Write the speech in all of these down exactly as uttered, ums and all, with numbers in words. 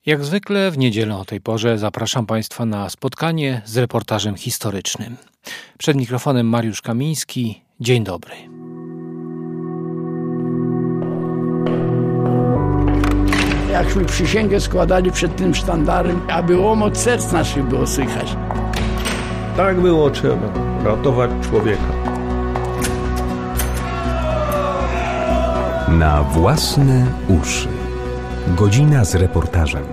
Jak zwykle w niedzielę o tej porze zapraszam Państwa na spotkanie z reportażem historycznym. Przed mikrofonem Mariusz Kamiński. Dzień dobry. Jakśmy przysięgę składali przed tym sztandarem, aby łomot serc naszych było słychać. Tak było trzeba, ratować człowieka. Na własne uszy. Godzina z reportażem.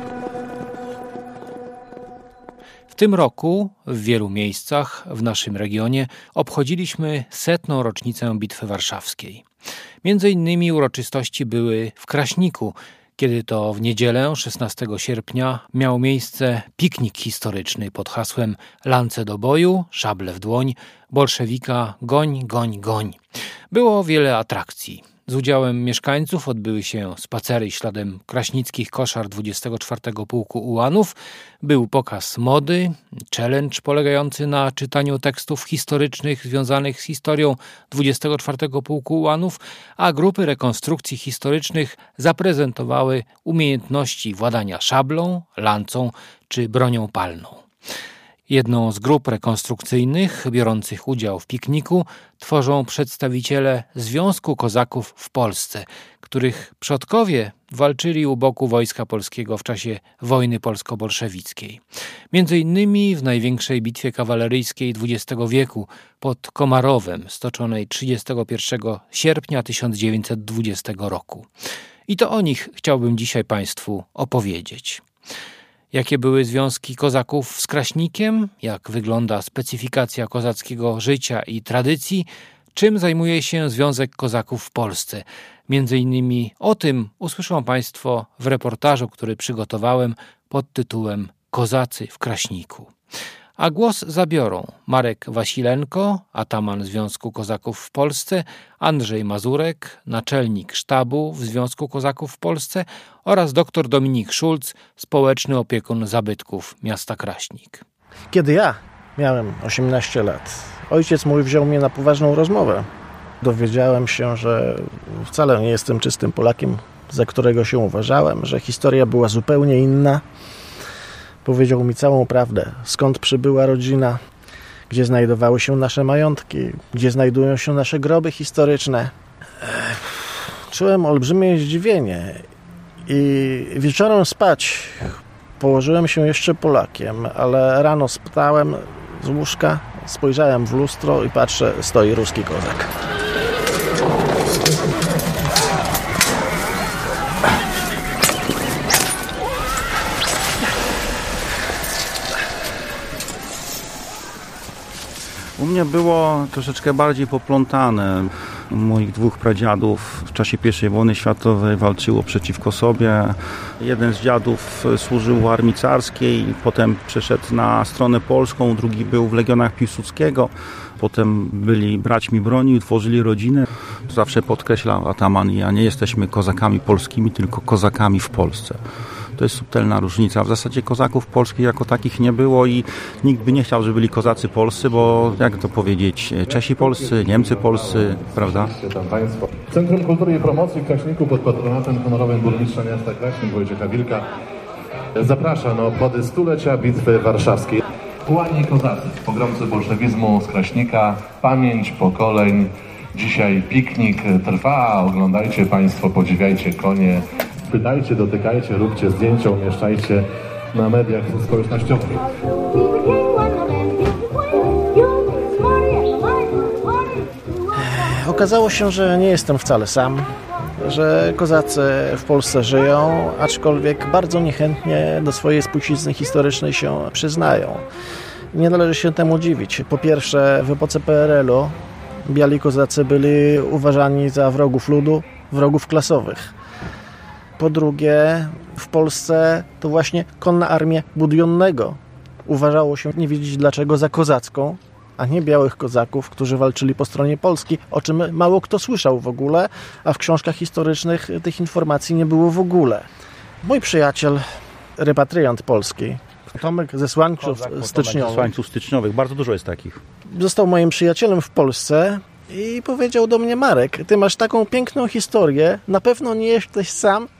W tym roku w wielu miejscach w naszym regionie obchodziliśmy setną rocznicę Bitwy Warszawskiej. Między innymi uroczystości były w Kraśniku, kiedy to w niedzielę szesnastego sierpnia miał miejsce piknik historyczny pod hasłem Lance do boju, szable w dłoń, bolszewika goń, goń, goń. Było wiele atrakcji. Z udziałem mieszkańców odbyły się spacery śladem kraśnickich koszar dwudziestego czwartego Pułku Ułanów, był pokaz mody, challenge polegający na czytaniu tekstów historycznych związanych z historią dwudziestego czwartego Pułku Ułanów, a grupy rekonstrukcji historycznych zaprezentowały umiejętności władania szablą, lancą czy bronią palną. Jedną z grup rekonstrukcyjnych biorących udział w pikniku tworzą przedstawiciele Związku Kozaków w Polsce, których przodkowie walczyli u boku Wojska Polskiego w czasie wojny polsko-bolszewickiej. Między innymi w największej bitwie kawaleryjskiej dwudziestego wieku pod Komarowem, stoczonej trzydziestego pierwszego sierpnia tysiąc dziewięćset dwudziestego roku. I to o nich chciałbym dzisiaj Państwu opowiedzieć. Jakie były związki kozaków z Kraśnikiem, jak wygląda specyfikacja kozackiego życia i tradycji, czym zajmuje się Związek Kozaków w Polsce. Między innymi o tym usłyszą Państwo w reportażu, który przygotowałem pod tytułem Kozacy w Kraśniku. A głos zabiorą Marek Wasilenko, ataman Związku Kozaków w Polsce, Andrzej Mazurek, naczelnik sztabu w Związku Kozaków w Polsce oraz dr Dominik Szulc, społeczny opiekun zabytków miasta Kraśnik. Kiedy ja miałem osiemnaście lat, ojciec mój wziął mnie na poważną rozmowę. Dowiedziałem się, że wcale nie jestem czystym Polakiem, za którego się uważałem, że historia była zupełnie inna. Powiedział mi całą prawdę, skąd przybyła rodzina, gdzie znajdowały się nasze majątki, gdzie znajdują się nasze groby historyczne. Czułem olbrzymie zdziwienie i wieczorem spać położyłem się jeszcze Polakiem, ale rano wstałem z łóżka, spojrzałem w lustro i patrzę, stoi ruski kozak. U mnie było troszeczkę bardziej poplątane. Moich dwóch pradziadów w czasie pierwszej wojny światowej walczyło przeciwko sobie. Jeden z dziadów służył w armii carskiej, potem przeszedł na stronę polską, drugi był w Legionach Piłsudskiego. Potem byli braćmi broni, utworzyli rodzinę. Zawsze podkreślał ataman, ja nie jesteśmy kozakami polskimi, tylko kozakami w Polsce. To jest subtelna różnica. W zasadzie kozaków polskich jako takich nie było i nikt by nie chciał, żeby byli kozacy polscy, bo jak to powiedzieć, Czesi polscy, Niemcy polscy, prawda? Centrum Kultury i Promocji w Kraśniku pod patronatem honorowym burmistrza miasta Kraśnik Wojciecha Wilka zaprasza na obchody stulecia Bitwy Warszawskiej. Ułani kozacy, pogromcy bolszewizmu z Kraśnika, pamięć pokoleń. Dzisiaj piknik trwa, oglądajcie Państwo, podziwiajcie konie. Pytajcie, dotykajcie, róbcie zdjęcia, umieszczajcie na mediach społecznościowych. Okazało się, że nie jestem wcale sam, że kozacy w Polsce żyją, aczkolwiek bardzo niechętnie do swojej spuścizny historycznej się przyznają. Nie należy się temu dziwić. Po pierwsze, w epoce P R L u biali kozacy byli uważani za wrogów ludu, wrogów klasowych. Po drugie, w Polsce to właśnie konna armia Budionnego uważało się, nie wiedzieć dlaczego, za kozacką, a nie białych kozaków, którzy walczyli po stronie Polski, o czym mało kto słyszał w ogóle, a w książkach historycznych tych informacji nie było w ogóle. Mój przyjaciel, repatriant polski, Tomek ze Słańców Styczniowych. Słańców Styczniowych, bardzo dużo jest takich. Został moim przyjacielem w Polsce i powiedział do mnie: Marek, ty masz taką piękną historię, na pewno nie jesteś sam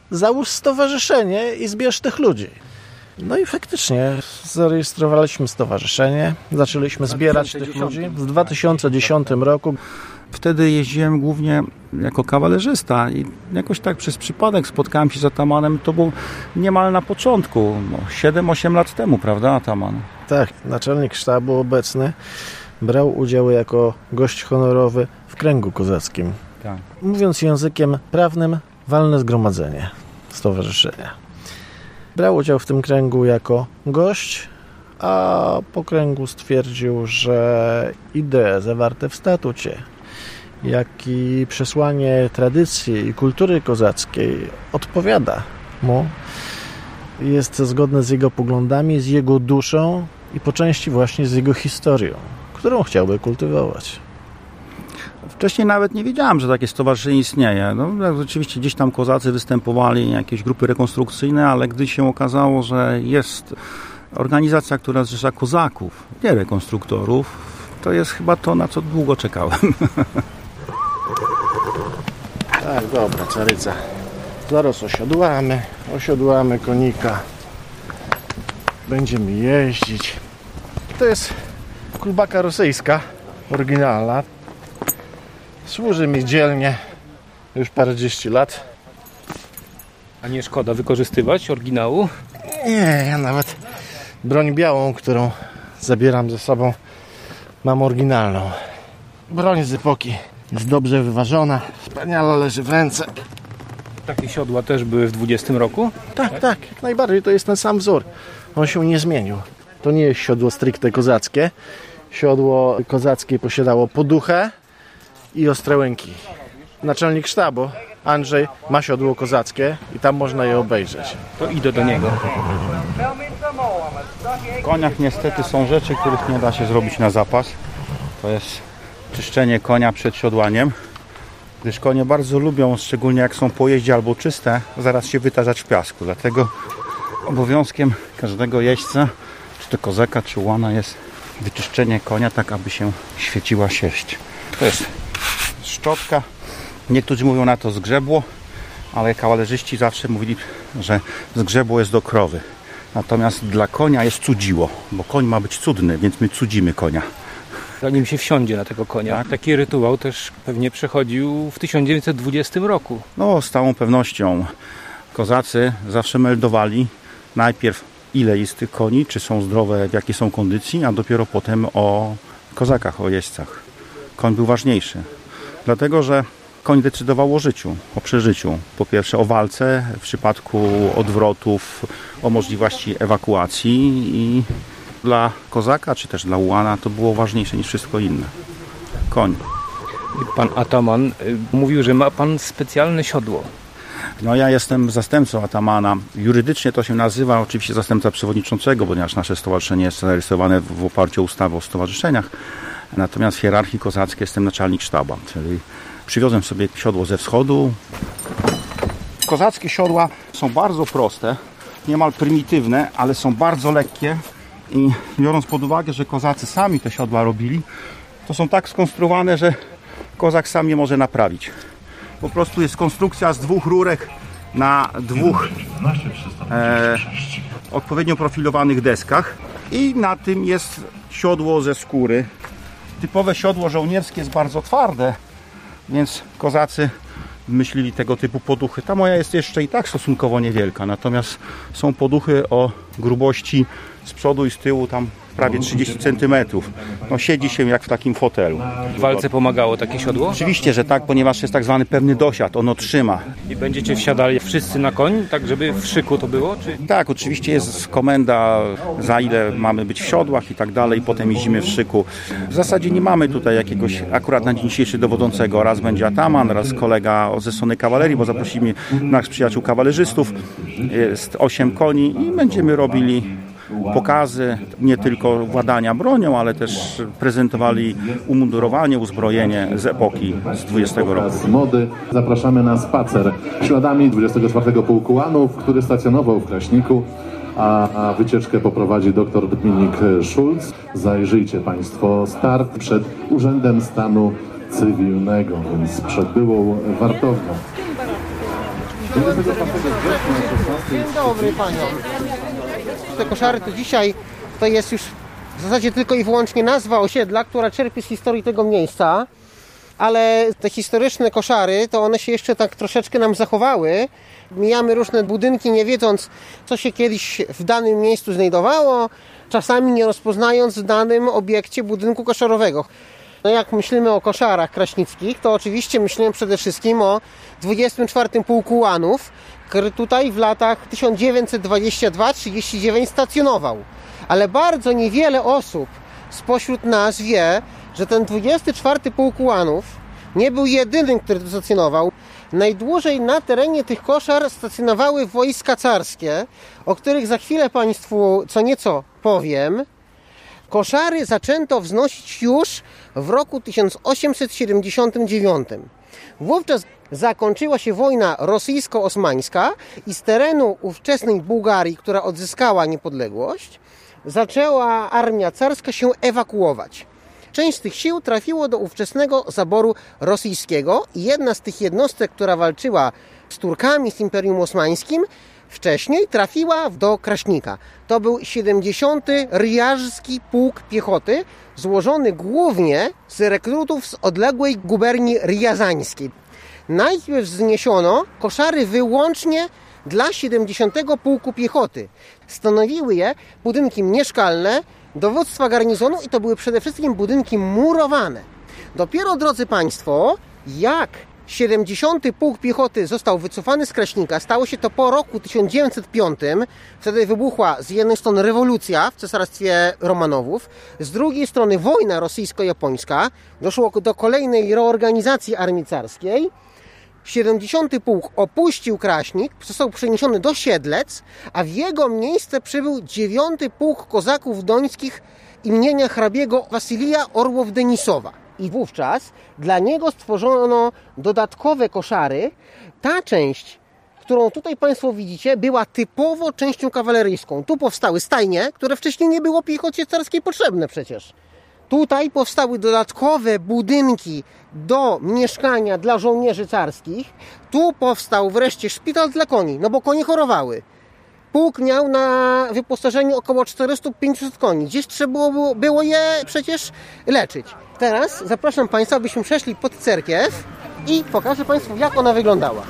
załóż stowarzyszenie i zbierz tych ludzi. No i faktycznie zarejestrowaliśmy stowarzyszenie, zaczęliśmy zbierać tych ludzi w dwa tysiące dziesiątym roku. Wtedy jeździłem głównie jako kawalerzysta i jakoś tak przez przypadek spotkałem się z atamanem. To było niemal na początku, no, siedem osiem lat temu, prawda, ataman? Tak, naczelnik sztabu obecny brał udział jako gość honorowy w kręgu kozackim. Tak. Mówiąc językiem prawnym, walne zgromadzenie stowarzyszenia. Brał udział w tym kręgu jako gość, a po kręgu stwierdził, że idee zawarte w statucie, jak i przesłanie tradycji i kultury kozackiej odpowiada mu, jest zgodne z jego poglądami, z jego duszą i po części właśnie z jego historią, którą chciałby kultywować. Wcześniej nawet nie wiedziałem, że takie stowarzyszenie istnieje. No, oczywiście gdzieś tam kozacy występowali, jakieś grupy rekonstrukcyjne, ale gdy się okazało, że jest organizacja, która zrzesza kozaków, nie rekonstruktorów, to jest chyba to, na co długo czekałem. Tak, dobra, caryca. Zaraz osiodłamy, osiodłamy konika. Będziemy jeździć. To jest kulbaka rosyjska, oryginalna. Służy mi dzielnie już parędzieści lat. A nie szkoda wykorzystywać oryginału? Nie, ja nawet broń białą, którą zabieram ze sobą, mam oryginalną. Broń z epoki jest dobrze wyważona, wspaniale leży w ręce. Takie siodła też były w dwudziestym roku? Tak, tak, jak najbardziej, to jest ten sam wzór. On się nie zmienił. To nie jest siodło stricte kozackie. Siodło kozackie posiadało poduchę i ostre łęki. Naczelnik sztabu Andrzej ma siodło kozackie i tam można je obejrzeć. To idę do niego. W koniach niestety są rzeczy, których nie da się zrobić na zapas. To jest czyszczenie konia przed siodłaniem, gdyż konie bardzo lubią, szczególnie jak są po jeździe albo czyste, zaraz się wytarzać w piasku. Dlatego obowiązkiem każdego jeźdźca, czy to kozaka, czy łana, jest wyczyszczenie konia tak, aby się świeciła sierść. To jest szczotka. Niektórzy mówią na to zgrzebło, ale kawalerzyści zawsze mówili, że zgrzebło jest do krowy. Natomiast dla konia jest cudziło, bo koń ma być cudny, więc my cudzimy konia. Zanim się wsiądzie na tego konia. Tak? Taki rytuał też pewnie przechodził w tysiąc dziewięćset dwudziestym roku. No, z całą pewnością. Kozacy zawsze meldowali najpierw, ile jest tych koni, czy są zdrowe, w jakiej są kondycji, a dopiero potem o kozakach, o jeźdźcach. Koń był ważniejszy. Dlatego, że koń decydował o życiu, o przeżyciu. Po pierwsze o walce, w przypadku odwrotów, o możliwości ewakuacji i dla kozaka, czy też dla ułana to było ważniejsze niż wszystko inne. Koń. Pan ataman y, mówił, że ma pan specjalne siodło. No ja jestem zastępcą atamana. Jurydycznie to się nazywa oczywiście zastępca przewodniczącego, ponieważ nasze stowarzyszenie jest zarejestrowane w oparciu o ustawę o stowarzyszeniach. Natomiast w hierarchii kozackiej jestem naczelnik sztaba, czyli przywiozłem sobie siodło ze wschodu. Kozackie siodła są bardzo proste, niemal prymitywne, ale są bardzo lekkie i biorąc pod uwagę, że kozacy sami te siodła robili, to są tak skonstruowane, że kozak sam je może naprawić. Po prostu jest konstrukcja z dwóch rurek na dwóch e, odpowiednio profilowanych deskach i na tym jest siodło ze skóry. Typowe siodło żołnierskie jest bardzo twarde, więc kozacy myślili tego typu poduchy. Ta moja jest jeszcze i tak stosunkowo niewielka, natomiast są poduchy o grubości z przodu i z tyłu tam prawie trzydzieści centymetrów. No, siedzi się jak w takim fotelu. W walce pomagało takie siodło? Oczywiście, że tak, ponieważ jest tak zwany pewny dosiad, ono trzyma. I będziecie wsiadali wszyscy na koń, tak żeby w szyku to było? Czy... Tak, oczywiście jest komenda, za ile mamy być w siodłach i tak dalej, potem jeździmy w szyku. W zasadzie nie mamy tutaj jakiegoś akurat na dzień dzisiejszy dowodzącego. Raz będzie ataman, raz kolega ze strony kawalerii, bo zaprosimy naszych przyjaciół kawalerzystów. Jest osiem koni i będziemy robili pokazy, nie tylko władania bronią, ale też prezentowali umundurowanie, uzbrojenie z epoki z dwudziestego roku. Z mody zapraszamy na spacer śladami dwudziestego czwartego Pułku Łanów, który stacjonował w Kraśniku, a, a wycieczkę poprowadzi dr Dominik Schulz. Zajrzyjcie Państwo, start przed Urzędem Stanu Cywilnego, więc przed byłą wartownią. Dzień dobry paniom. Te koszary to dzisiaj to jest już w zasadzie tylko i wyłącznie nazwa osiedla, która czerpie z historii tego miejsca, ale te historyczne koszary to one się jeszcze tak troszeczkę nam zachowały. Mijamy różne budynki, nie wiedząc, co się kiedyś w danym miejscu znajdowało, czasami nie rozpoznając w danym obiekcie budynku koszarowego. No jak myślimy o koszarach kraśnickich, to oczywiście myślimy przede wszystkim o dwudziestym czwartym Pułku Ułanów, który tutaj w latach tysiąc dziewięćset dwudziestym drugim do trzydziestego dziewiątego stacjonował. Ale bardzo niewiele osób spośród nas wie, że ten dwudziesty czwarty Pułk Ułanów nie był jedynym, który tu stacjonował. Najdłużej na terenie tych koszar stacjonowały wojska carskie, o których za chwilę Państwu co nieco powiem. Koszary zaczęto wznosić już w roku tysiąc osiemset siedemdziesiątym dziewiątym. Wówczas zakończyła się wojna rosyjsko-osmańska i z terenu ówczesnej Bułgarii, która odzyskała niepodległość, zaczęła armia carska się ewakuować. Część z tych sił trafiło do ówczesnego zaboru rosyjskiego i jedna z tych jednostek, która walczyła z Turkami, z Imperium Osmańskim, wcześniej trafiła do Kraśnika. To był siedemdziesiąty Ryjażski Pułk Piechoty, złożony głównie z rekrutów z odległej guberni rijazańskiej. Najpierw wzniesiono koszary wyłącznie dla siedemdziesiątego Pułku Piechoty. Stanowiły je budynki mieszkalne, dowództwa garnizonu i to były przede wszystkim budynki murowane. Dopiero, drodzy Państwo, jak siedemdziesiąty Pułk Piechoty został wycofany z Kraśnika, stało się to po roku tysiąc dziewięćset piątym, wtedy wybuchła z jednej strony rewolucja w Cesarstwie Romanowów, z drugiej strony wojna rosyjsko-japońska, doszło do kolejnej reorganizacji armii carskiej. siedemdziesiąty Pułk opuścił Kraśnik, został przeniesiony do Siedlec, a w jego miejsce przybył dziewiąty Pułk Kozaków Dońskich imienia hrabiego Wasylija Orłow-Denisowa. I wówczas dla niego stworzono dodatkowe koszary. Ta część, którą tutaj Państwo widzicie, była typowo częścią kawaleryjską. Tu powstały stajnie, które wcześniej nie było piechocie carskiej potrzebne przecież. Tutaj powstały dodatkowe budynki do mieszkania dla żołnierzy carskich. Tu powstał wreszcie szpital dla koni, no bo konie chorowały. Pułk miał na wyposażeniu około czterysta do pięciuset koni. Gdzieś trzeba było, było je przecież leczyć. Teraz zapraszam Państwa, abyśmy przeszli pod cerkiew i pokażę Państwu, jak ona wyglądała.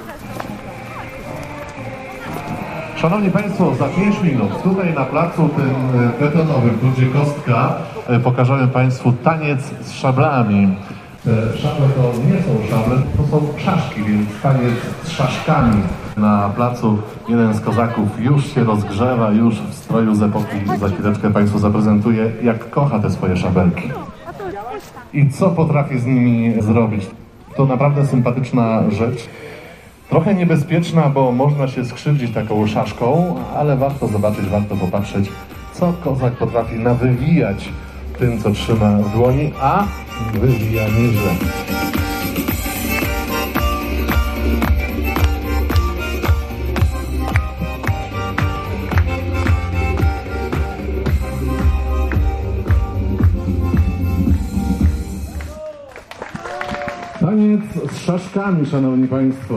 Szanowni Państwo, za pięć minut tutaj na placu tym betonowym, tu gdzie kostka, pokażemy Państwu taniec z szablami. Szable to nie są szable, to są szaszki, więc taniec z szaszkami. Na placu jeden z kozaków już się rozgrzewa, już w stroju z epoki. Za chwileczkę Państwu zaprezentuję, jak kocha te swoje szabelki. I co potrafi z nimi zrobić. To naprawdę sympatyczna rzecz. Trochę niebezpieczna, bo można się skrzywdzić taką szaszką, ale warto zobaczyć, warto popatrzeć, co kozak potrafi nawywijać tym, co trzyma w dłoni, a wywija nieźle. Taniec z szaszkami, szanowni Państwo.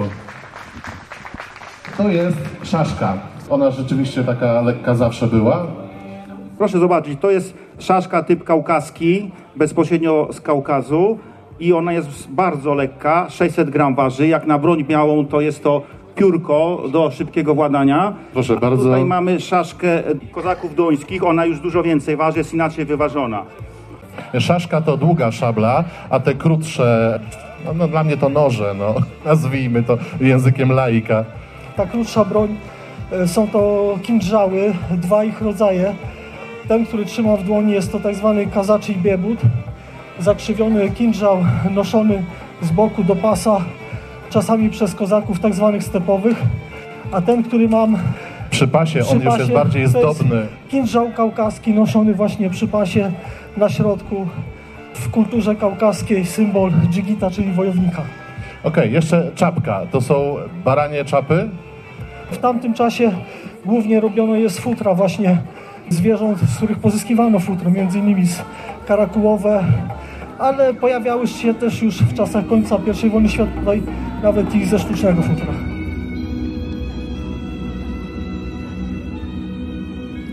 To jest szaszka. Ona rzeczywiście taka lekka zawsze była. Proszę zobaczyć, to jest szaszka typ kaukaski, bezpośrednio z Kaukazu i ona jest bardzo lekka, sześćset gram waży. Jak na broń białą to jest to piórko do szybkiego władania. Proszę a bardzo. Tutaj mamy szaszkę kozaków dońskich, ona już dużo więcej waży, jest inaczej wyważona. Szaszka to długa szabla, a te krótsze, no, no dla mnie to noże, no nazwijmy to językiem laika. Ta krótsza broń, są to kindżały, dwa ich rodzaje. Ten, który trzymam w dłoni, jest to tak zwany kazaczy biebut. Zakrzywiony kindżał noszony z boku do pasa, czasami przez kozaków tak zwanych stepowych. A ten, który mam przy pasie, przy on już pasie, jest bardziej zdobny. Jest kindżał kaukaski noszony właśnie przy pasie na środku. W kulturze kaukaskiej symbol dżigita, czyli wojownika. Okej, okay, jeszcze czapka. To są baranie czapy? W tamtym czasie głównie robiono je z futra właśnie zwierząt, z których pozyskiwano futro, między innymi z karakułowe, ale pojawiały się też już w czasach końca pierwszej wojny światowej nawet i ze sztucznego futra.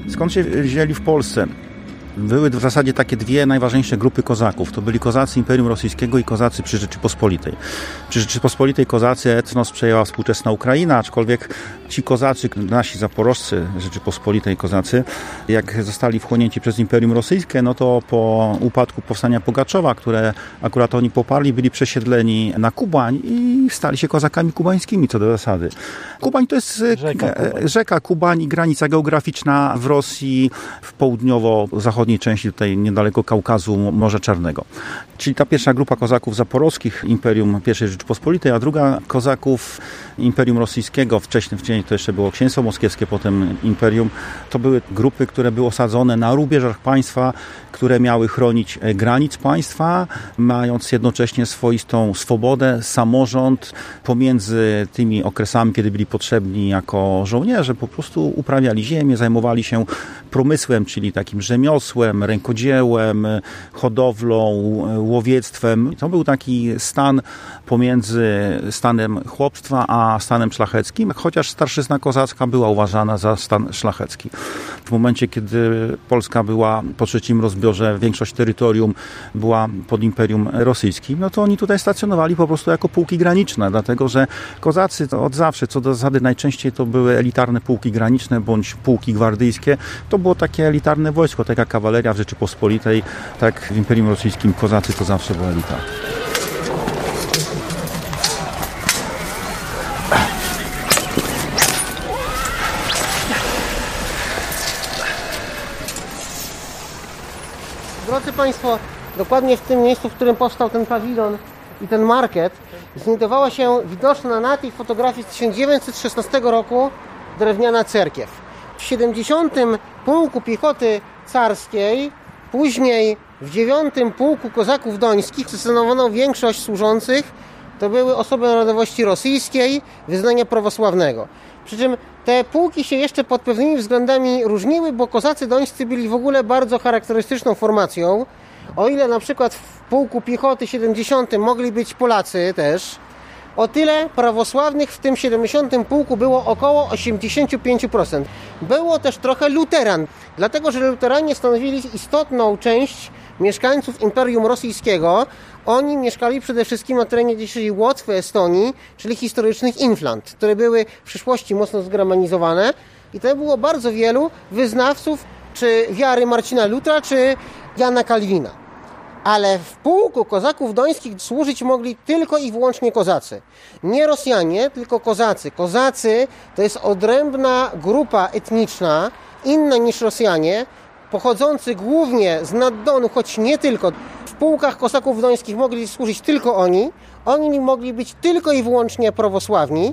Skąd się wzięli w Polsce? Były w zasadzie takie dwie najważniejsze grupy kozaków. To byli kozacy Imperium Rosyjskiego i kozacy przy Rzeczypospolitej. Przy Rzeczypospolitej kozacy etnos przejęła współczesna Ukraina, aczkolwiek ci kozacy, nasi zaporożcy Rzeczypospolitej kozacy, jak zostali wchłonięci przez Imperium Rosyjskie, no to po upadku powstania Pugaczowa, które akurat oni poparli, byli przesiedleni na Kubań i stali się kozakami kubańskimi co do zasady. Kubań to jest rzeka Kubań, rzeka Kubań i granica geograficzna w Rosji, w południowo-zachodniej części, tutaj niedaleko Kaukazu, Morza Czarnego. Czyli ta pierwsza grupa kozaków zaporowskich Imperium pierwszej Rzeczypospolitej, a druga kozaków Imperium Rosyjskiego, wcześniej, wcześniej to jeszcze było Księstwo Moskiewskie, potem Imperium. To były grupy, które były osadzone na rubieżach państwa, które miały chronić granic państwa, mając jednocześnie swoistą swobodę, samorząd pomiędzy tymi okresami, kiedy byli potrzebni jako żołnierze, po prostu uprawiali ziemię, zajmowali się promysłem, czyli takim rzemiosłem, rękodziełem, hodowlą, łowiectwem. To był taki stan pomiędzy stanem chłopstwa a stanem szlacheckim, chociaż starszyzna kozacka była uważana za stan szlachecki. W momencie, kiedy Polska była po trzecim rozbiorze, większość terytorium była pod Imperium Rosyjskim, no to oni tutaj stacjonowali po prostu jako pułki graniczne, dlatego że kozacy to od zawsze, co do zasady najczęściej to były elitarne pułki graniczne bądź pułki gwardyjskie. To było takie elitarne wojsko, tak jak kawaleria w Rzeczypospolitej, tak w Imperium Rosyjskim kozacy to zawsze była elita. Drodzy Państwo, dokładnie w tym miejscu, w którym powstał ten pawilon i ten market, znajdowała się widoczna na tej fotografii z tysiąc dziewięćset szesnastego roku drewniana cerkiew. W siedemdziesiątym Pułku Piechoty Carskiej, później w dziewiątym Pułku Kozaków Dońskich stacjonowano większość służących. To były osoby narodowości rosyjskiej, wyznania prawosławnego. Przy czym te pułki się jeszcze pod pewnymi względami różniły, bo kozacy dońscy byli w ogóle bardzo charakterystyczną formacją. O ile na przykład w Pułku Piechoty siedemdziesiątym mogli być Polacy też, o tyle prawosławnych w tym siedemdziesiątym pułku było około osiemdziesiąt pięć procent. Było też trochę luteran, dlatego że luteranie stanowili istotną część mieszkańców Imperium Rosyjskiego. Oni mieszkali przede wszystkim na terenie dzisiejszej Łotwy, Estonii, czyli historycznych Inflant, które były w przyszłości mocno zgermanizowane. I to było bardzo wielu wyznawców czy wiary Marcina Lutra, czy Jana Kalwina. Ale w pułku kozaków dońskich służyć mogli tylko i wyłącznie kozacy. Nie Rosjanie, tylko kozacy. Kozacy to jest odrębna grupa etniczna, inna niż Rosjanie, pochodzący głównie z Naddonu, choć nie tylko. W pułkach kozaków dońskich mogli służyć tylko oni. Oni mogli być tylko i wyłącznie prawosławni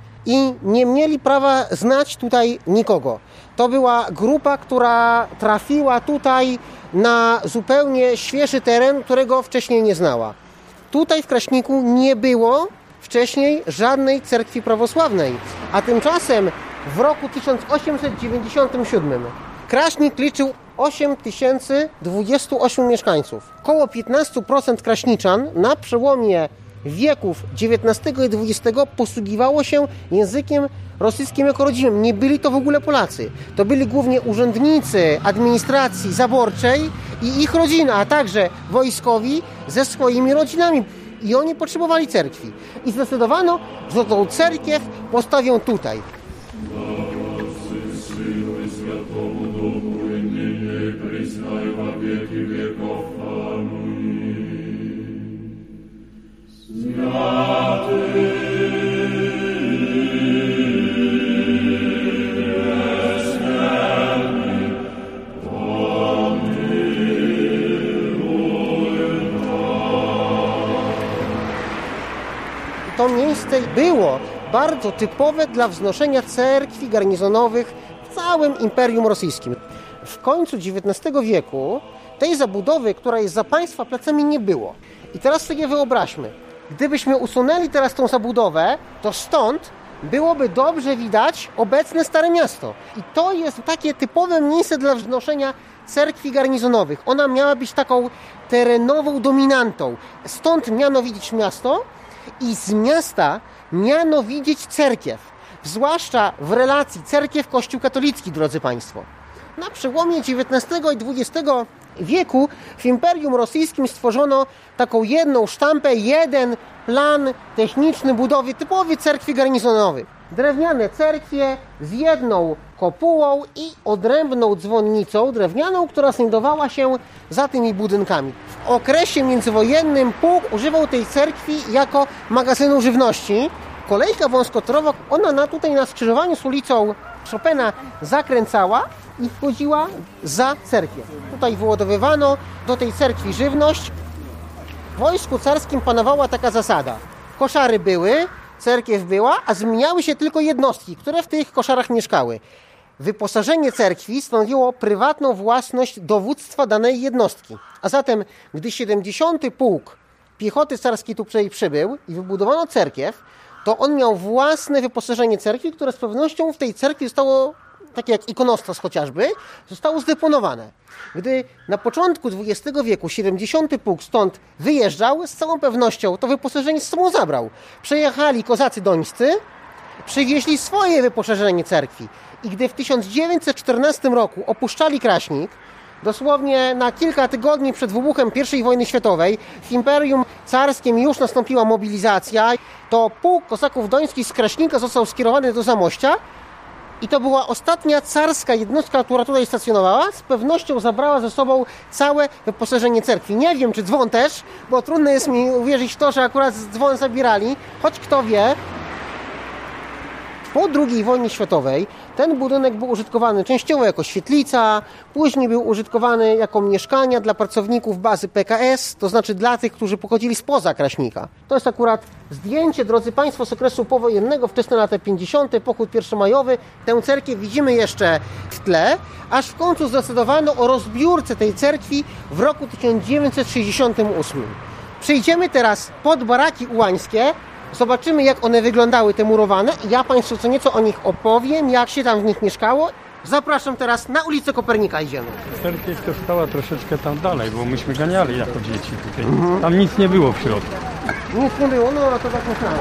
i nie mieli prawa znać tutaj nikogo. To była grupa, która trafiła tutaj na zupełnie świeży teren, którego wcześniej nie znała. Tutaj w Kraśniku nie było wcześniej żadnej cerkwi prawosławnej, a tymczasem w roku tysiąc osiemset dziewięćdziesiątym siódmym Kraśnik liczył osiem tysięcy dwadzieścia osiem mieszkańców. Około piętnaście procent kraśniczan na przełomie wieków dziewiętnastego i dwudziestego posługiwało się językiem rosyjskim jako rodzimym. Nie byli to w ogóle Polacy. To byli głównie urzędnicy administracji zaborczej i ich rodziny, a także wojskowi ze swoimi rodzinami. I oni potrzebowali cerkwi. I zdecydowano, że tą cerkiew postawią tutaj. To miejsce było bardzo typowe dla wznoszenia cerkwi garnizonowych w całym Imperium Rosyjskim. W końcu dziewiętnastego wieku tej zabudowy, która jest za państwa plecami, nie było. I teraz sobie wyobraźmy, gdybyśmy usunęli teraz tą zabudowę, to stąd byłoby dobrze widać obecne Stare Miasto. I to jest takie typowe miejsce dla wznoszenia cerkwi garnizonowych. Ona miała być taką terenową dominantą. Stąd miano widzieć miasto i z miasta miano widzieć cerkiew. Zwłaszcza w relacji cerkiew-kościół katolicki, drodzy Państwo. Na przełomie dziewiętnastego i dwudziestego wieku w Imperium Rosyjskim stworzono taką jedną sztampę, jeden plan techniczny budowy typowej cerkwi garnizonowej. Drewniane cerkwie z jedną kopułą i odrębną dzwonnicą drewnianą, która znajdowała się za tymi budynkami. W okresie międzywojennym pułk używał tej cerkwi jako magazynu żywności. Kolejka wąskotorowa, ona na, tutaj na skrzyżowaniu z ulicą Chopina zakręcała i wchodziła za cerkwię. Tutaj wyładowywano do tej cerkwi żywność. W wojsku carskim panowała taka zasada. Koszary były, cerkiew była, a zmieniały się tylko jednostki, które w tych koszarach mieszkały. Wyposażenie cerkwi stanowiło prywatną własność dowództwa danej jednostki. A zatem, gdy siedemdziesiąty Pułk Piechoty Carskiej tu przybył i wybudowano cerkiew, to on miał własne wyposażenie cerkwi, które z pewnością w tej cerkwi zostało, takie jak ikonostas chociażby, zostało zdeponowane. Gdy na początku dwudziestego wieku siedemdziesiąty Pułk stąd wyjeżdżał, z całą pewnością to wyposażenie z sobą zabrał. Przejechali kozacy dońscy, przywieźli swoje wyposażenie cerkwi i gdy w tysiąc dziewięćset czternastym roku opuszczali Kraśnik, dosłownie na kilka tygodni przed wybuchem pierwszej wojny światowej, w Imperium Carskim już nastąpiła mobilizacja, to pułk kosaków dońskich z Kraśnika został skierowany do Zamościa i to była ostatnia carska jednostka, która tutaj stacjonowała. Z pewnością zabrała ze sobą całe wyposażenie cerkwi. Nie wiem, czy dzwon też, bo trudno jest mi uwierzyć w to, że akurat dzwon zabierali, choć kto wie. Po drugiej wojnie światowej ten budynek był użytkowany częściowo jako świetlica, później był użytkowany jako mieszkania dla pracowników bazy P K S, to znaczy dla tych, którzy pochodzili spoza Kraśnika. To jest akurat zdjęcie, drodzy Państwo, z okresu powojennego, wczesne lata pięćdziesiąte, pochód pierwszomajowy. Tę cerkiew widzimy jeszcze w tle, aż w końcu zdecydowano o rozbiórce tej cerkwi w roku tysiąc dziewięćset sześćdziesiątym ósmym. Przejdziemy teraz pod baraki ułańskie. Zobaczymy, jak one wyglądały, te murowane, i ja Państwu co nieco o nich opowiem, jak się tam w nich mieszkało. Zapraszam teraz na ulicę Kopernika, idziemy. Cerkiew to stała troszeczkę tam dalej, bo myśmy ganiali jako dzieci tutaj. Mhm. Tam nic nie było w środku. Nic nie było, no to tak myślałem.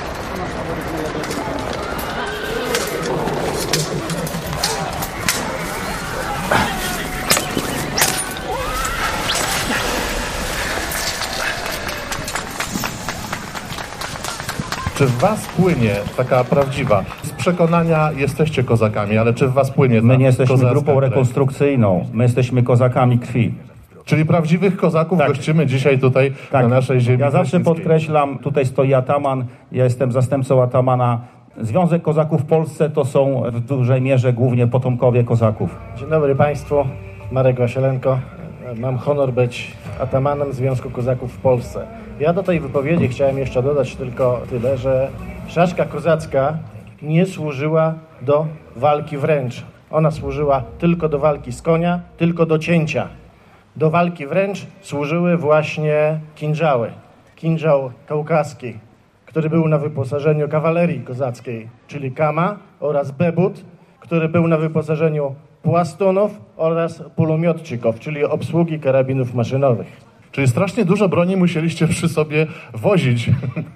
Czy w was płynie taka prawdziwa, z przekonania jesteście kozakami, ale czy w was płynie ta My nie jesteśmy grupą krew? rekonstrukcyjną, my jesteśmy kozakami krwi. Czyli prawdziwych kozaków Tak. gościmy dzisiaj tutaj Tak. na naszej ziemi. Ja zawsze kraśnickiej. podkreślam, tutaj stoi ataman, ja jestem zastępcą atamana. Związek Kozaków w Polsce to są w dużej mierze głównie potomkowie kozaków. Dzień dobry Państwu, Marek Wasielenko. Mam honor być atamanem Związku Kozaków w Polsce. Ja do tej wypowiedzi chciałem jeszcze dodać tylko tyle, że szaczka kozacka nie służyła do walki wręcz. Ona służyła tylko do walki z konia, tylko do cięcia. Do walki wręcz służyły właśnie kinżały. Kinżał kaukaski, który był na wyposażeniu kawalerii kozackiej, czyli kama, oraz bebut, który był na wyposażeniu płastunów oraz pulomiotczyków, czyli obsługi karabinów maszynowych. Czyli strasznie dużo broni musieliście przy sobie wozić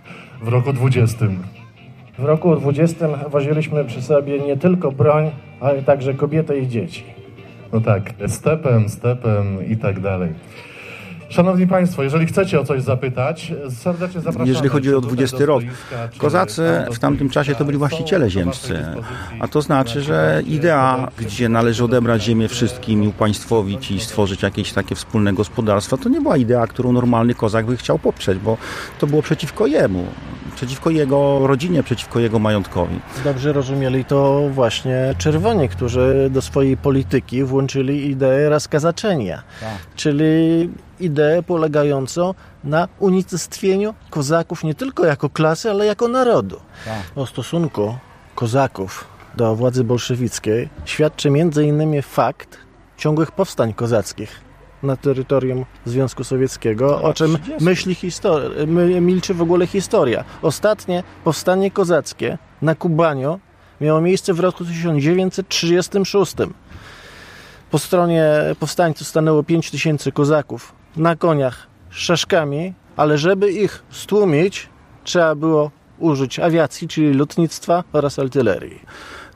w roku dwudziestym. W roku dwudziestym woziliśmy przy sobie nie tylko broń, ale także kobiety i dzieci. No tak, stepem, stepem i tak dalej. Szanowni Państwo, jeżeli chcecie o coś zapytać, serdecznie zapraszamy. Jeżeli chodzi o Czy dwudziesty tutaj do rok, stoiska, czy kozacy tam do w tamtym czasie to byli stoiska, właściciele są do waszej ziemscy. dyspozycji A to znaczy, że idea, gdzie należy odebrać ziemię wszystkim i upaństwowić i stworzyć jakieś takie wspólne gospodarstwo, to nie była idea, którą normalny kozak by chciał poprzeć, bo to było przeciwko jemu, przeciwko jego rodzinie, przeciwko jego majątkowi. Dobrze rozumieli to właśnie czerwoni, którzy do swojej polityki włączyli ideę rozkazaczenia, Tak. czyli ideę polegającą na unicestwieniu kozaków nie tylko jako klasy, ale jako narodu. Tak. O stosunku kozaków do władzy bolszewickiej świadczy między innymi fakt ciągłych powstań kozackich na terytorium Związku Sowieckiego, o czym myśli histori- my- milczy w ogóle historia. Ostatnie powstanie kozackie na Kubaniu miało miejsce w roku tysiąc dziewięćset trzydziestym szóstym. Po stronie powstańców stanęło pięć tysięcy kozaków na koniach z szaszkami, ale żeby ich stłumić, trzeba było użyć awiacji, czyli lotnictwa oraz artylerii.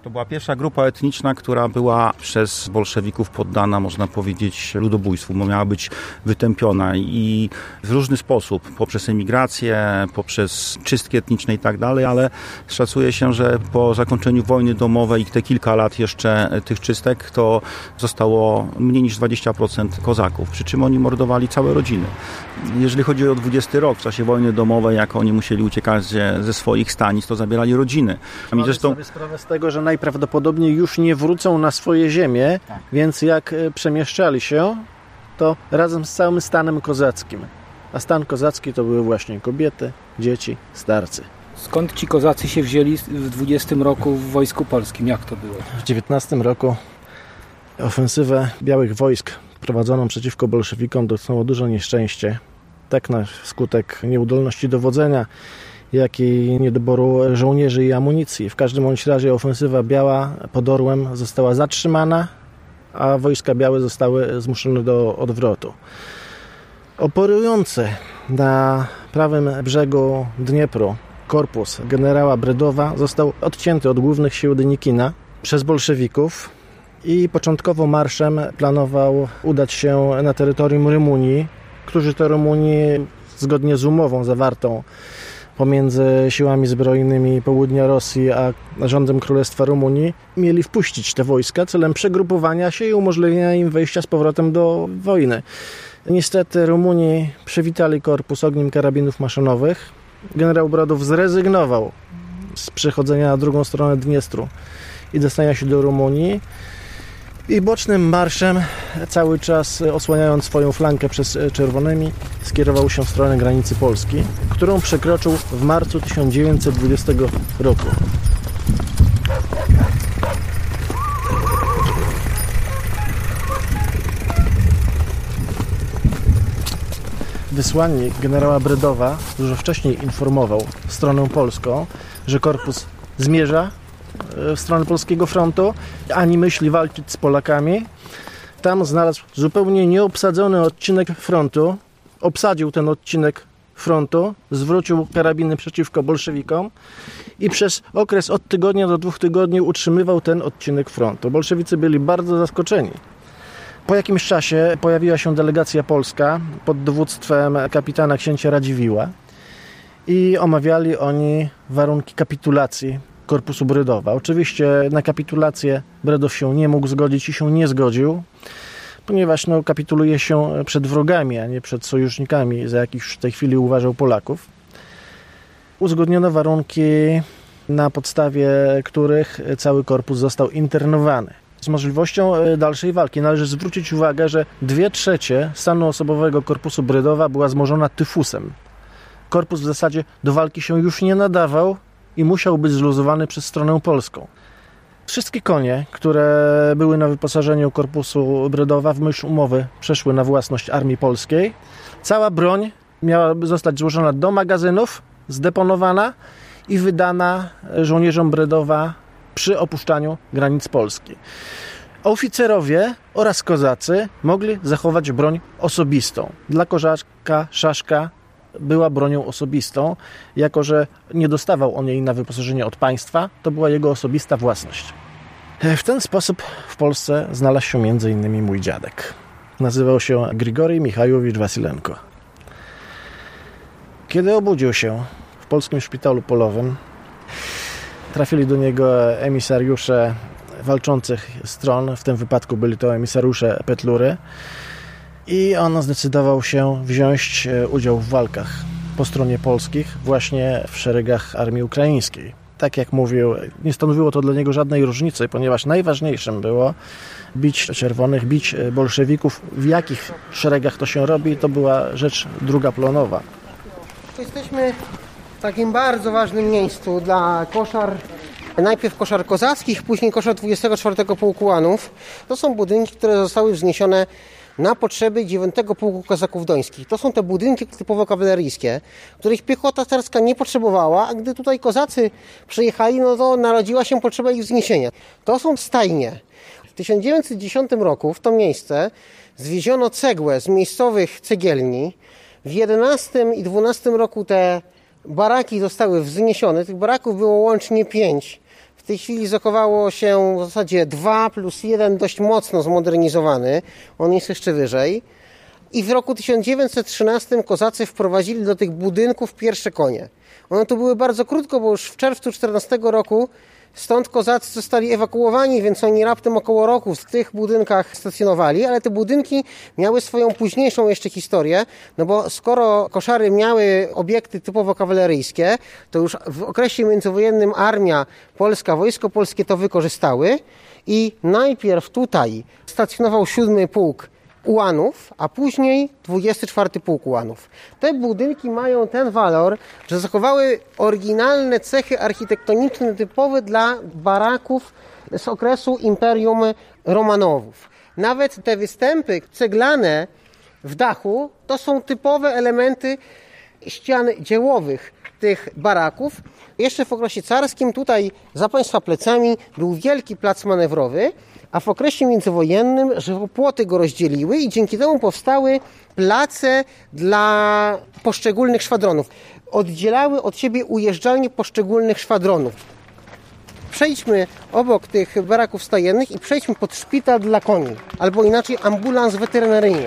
To była pierwsza grupa etniczna, która była przez bolszewików poddana, można powiedzieć, ludobójstwu, bo miała być wytępiona i w różny sposób, poprzez emigrację, poprzez czystki etniczne i tak dalej, ale szacuje się, że po zakończeniu wojny domowej i te kilka lat jeszcze tych czystek, to zostało mniej niż dwadzieścia procent kozaków, przy czym oni mordowali całe rodziny. Jeżeli chodzi o dwudziesty rok, w czasie wojny domowej, jak oni musieli uciekać ze swoich stanic, to zabierali rodziny. Mamy zresztą sobie sprawę z tego, że najprawdopodobniej już nie wrócą na swoje ziemię, tak. Więc jak przemieszczali się, to razem z całym stanem kozackim. A stan kozacki to były właśnie kobiety, dzieci, starcy. Skąd ci kozacy się wzięli w dwudziestym roku w Wojsku Polskim? Jak to było? W dziewiętnastym roku ofensywę białych wojsk prowadzoną przeciwko bolszewikom dotknęło duże nieszczęście. Tak na skutek nieudolności dowodzenia, jak i niedoboru żołnierzy i amunicji. W każdym bądź razie ofensywa biała pod Orłem została zatrzymana, a wojska białe zostały zmuszone do odwrotu. Operujący na prawym brzegu Dniepru korpus generała Bredowa został odcięty od głównych sił Denikina przez bolszewików i początkowo marszem planował udać się na terytorium Rumunii, którzy to Rumuni zgodnie z umową zawartą pomiędzy siłami zbrojnymi południa Rosji a rządem Królestwa Rumunii mieli wpuścić te wojska celem przegrupowania się i umożliwienia im wejścia z powrotem do wojny. Niestety Rumuni przywitali korpus ogniem karabinów maszynowych. Generał Bredow zrezygnował z przechodzenia na drugą stronę Dniestru i dostania się do Rumunii i bocznym marszem, cały czas osłaniając swoją flankę przez czerwonymi, skierował się w stronę granicy Polski, którą przekroczył w marcu tysiąc dziewięćset dwudziestego roku. Wysłannik generała Bredowa dużo wcześniej informował stronę polską, że korpus zmierza w stronę polskiego frontu, ani myśli walczyć z Polakami. Tam znalazł zupełnie nieobsadzony odcinek frontu, obsadził ten odcinek frontu, zwrócił karabiny przeciwko bolszewikom i przez okres od tygodnia do dwóch tygodni utrzymywał ten odcinek frontu. Bolszewicy byli bardzo zaskoczeni. Po jakimś czasie pojawiła się delegacja polska pod dowództwem kapitana księcia Radziwiła i omawiali oni warunki kapitulacji korpusu Bredowa. Oczywiście na kapitulację Bredow się nie mógł zgodzić i się nie zgodził, ponieważ no, kapituluje się przed wrogami, a nie przed sojusznikami, za jakich w tej chwili uważał Polaków. Uzgodniono warunki, na podstawie których cały korpus został internowany. Z możliwością dalszej walki. Należy zwrócić uwagę, że dwie trzecie stanu osobowego korpusu Bredowa była zmożona tyfusem. Korpus w zasadzie do walki się już nie nadawał i musiał być zluzowany przez stronę polską. Wszystkie konie, które były na wyposażeniu korpusu Bredowa w myśl umowy przeszły na własność Armii Polskiej. Cała broń miała zostać złożona do magazynów, zdeponowana i wydana żołnierzom Bredowa przy opuszczaniu granic Polski. Oficerowie oraz kozacy mogli zachować broń osobistą. Dla kozaczka szaszka była bronią osobistą, jako że nie dostawał on jej na wyposażenie od państwa, to była jego osobista własność. W ten sposób w Polsce znalazł się między innymi mój dziadek. Nazywał się Grigorij Michajłowicz Wasilenko. Kiedy obudził się w polskim szpitalu polowym, trafili do niego emisariusze walczących stron, w tym wypadku byli to emisariusze Petlury, i on zdecydował się wziąć udział w walkach po stronie polskich właśnie w szeregach armii ukraińskiej. Tak jak mówił, nie stanowiło to dla niego żadnej różnicy, ponieważ najważniejszym było bić czerwonych, bić bolszewików. W jakich szeregach to się robi, to była rzecz drugoplanowa. Jesteśmy w takim bardzo ważnym miejscu dla koszar, najpierw koszar kozackich, później koszar dwudziestego czwartego Pułku Łanów. To są budynki, które zostały wzniesione na potrzeby dziewiątego Pułku Kozaków Dońskich. To są te budynki typowo kawaleryjskie, których piechota carska nie potrzebowała, a gdy tutaj kozacy przyjechali, no to narodziła się potrzeba ich wzniesienia. To są stajnie. W tysiąc dziewięćset dziesiątym roku w to miejsce zwieziono cegłę z miejscowych cegielni. W jedenastym i dwunastym roku te baraki zostały wzniesione. Tych baraków było łącznie pięć. W W tej chwili zachowało się w zasadzie dwa plus jeden dość mocno zmodernizowany. On jest jeszcze wyżej. I w roku tysiąc dziewięćset trzynastym kozacy wprowadzili do tych budynków pierwsze konie. One tu były bardzo krótko, bo już w czerwcu tysiąc dziewięćset czternastego roku stąd kozacy zostali ewakuowani, więc oni raptem około roku w tych budynkach stacjonowali, ale te budynki miały swoją późniejszą jeszcze historię, no bo skoro koszary miały obiekty typowo kawaleryjskie, to już w okresie międzywojennym armia polska, wojsko polskie to wykorzystały i najpierw tutaj stacjonował siódmy pułk ułanów, a później dwudziesty czwarty pułk ułanów. Te budynki mają ten walor, że zachowały oryginalne cechy architektoniczne typowe dla baraków z okresu Imperium Romanowów. Nawet te występy ceglane w dachu to są typowe elementy ścian dziełowych tych baraków. Jeszcze w okresie carskim tutaj za państwa plecami był wielki plac manewrowy, a w okresie międzywojennym żywopłoty go rozdzieliły i dzięki temu powstały place dla poszczególnych szwadronów. Oddzielały od siebie ujeżdżalnie poszczególnych szwadronów. Przejdźmy obok tych baraków stajennych i przejdźmy pod szpital dla koni, albo inaczej ambulans weterynaryjny.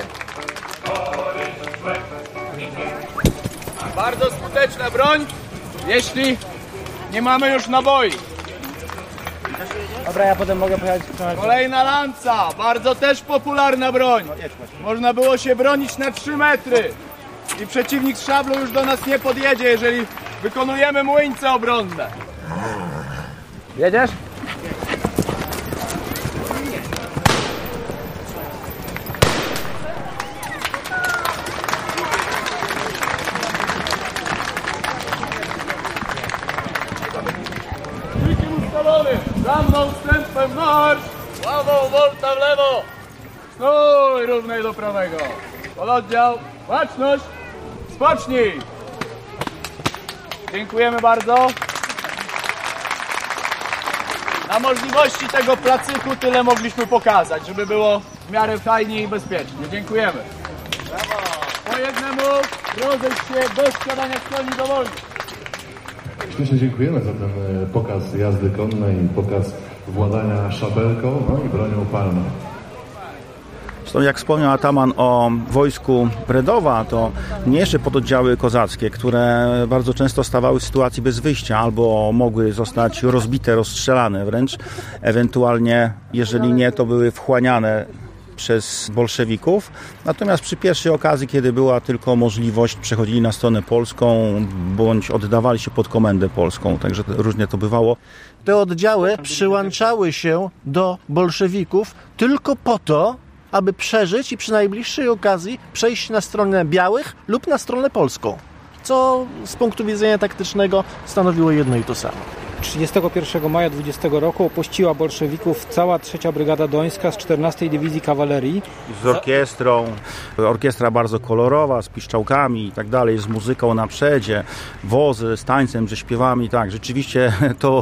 Bardzo skuteczna broń, jeśli nie mamy już naboi. Dobra, ja potem mogę pojechać. Kolejna lanca, bardzo też popularna broń. Można było się bronić na trzy metry i przeciwnik z szablą już do nas nie podjedzie, jeżeli wykonujemy młyńce obronne. Jedziesz? Za mną wstępem marsz! Ławą volta w lewo! Stój równej do prawego! Pododdział, baczność! Spocznij! Dziękujemy bardzo. Na możliwości tego placyku tyle mogliśmy pokazać, żeby było w miarę fajnie i bezpiecznie. Dziękujemy. Brawo! Po jednemu rozejść się bez wsiadania koni do woli. Ślicznie dziękujemy za ten pokaz jazdy konnej, pokaz władania szabelką, no i bronią palną. Zresztą jak wspomniał ataman o wojsku Bredowa, to nie jeszcze pododdziały kozackie, które bardzo często stawały w sytuacji bez wyjścia albo mogły zostać rozbite, rozstrzelane wręcz. Ewentualnie, jeżeli nie, to były wchłaniane przez bolszewików. Natomiast przy pierwszej okazji, kiedy była tylko możliwość, przechodzili na stronę polską bądź oddawali się pod komendę polską. Także różnie to bywało. Te oddziały przyłączały się do bolszewików tylko po to, aby przeżyć i przy najbliższej okazji przejść na stronę białych lub na stronę polską, co z punktu widzenia taktycznego stanowiło jedno i to samo. trzydziestego pierwszego maja dwudziestego roku opuściła bolszewików cała trzecia Brygada Dońska z czternastej Dywizji Kawalerii. Z orkiestrą, orkiestra bardzo kolorowa, z piszczałkami i tak dalej, z muzyką na przedzie, wozy z tańcem, ze śpiewami. Tak, rzeczywiście to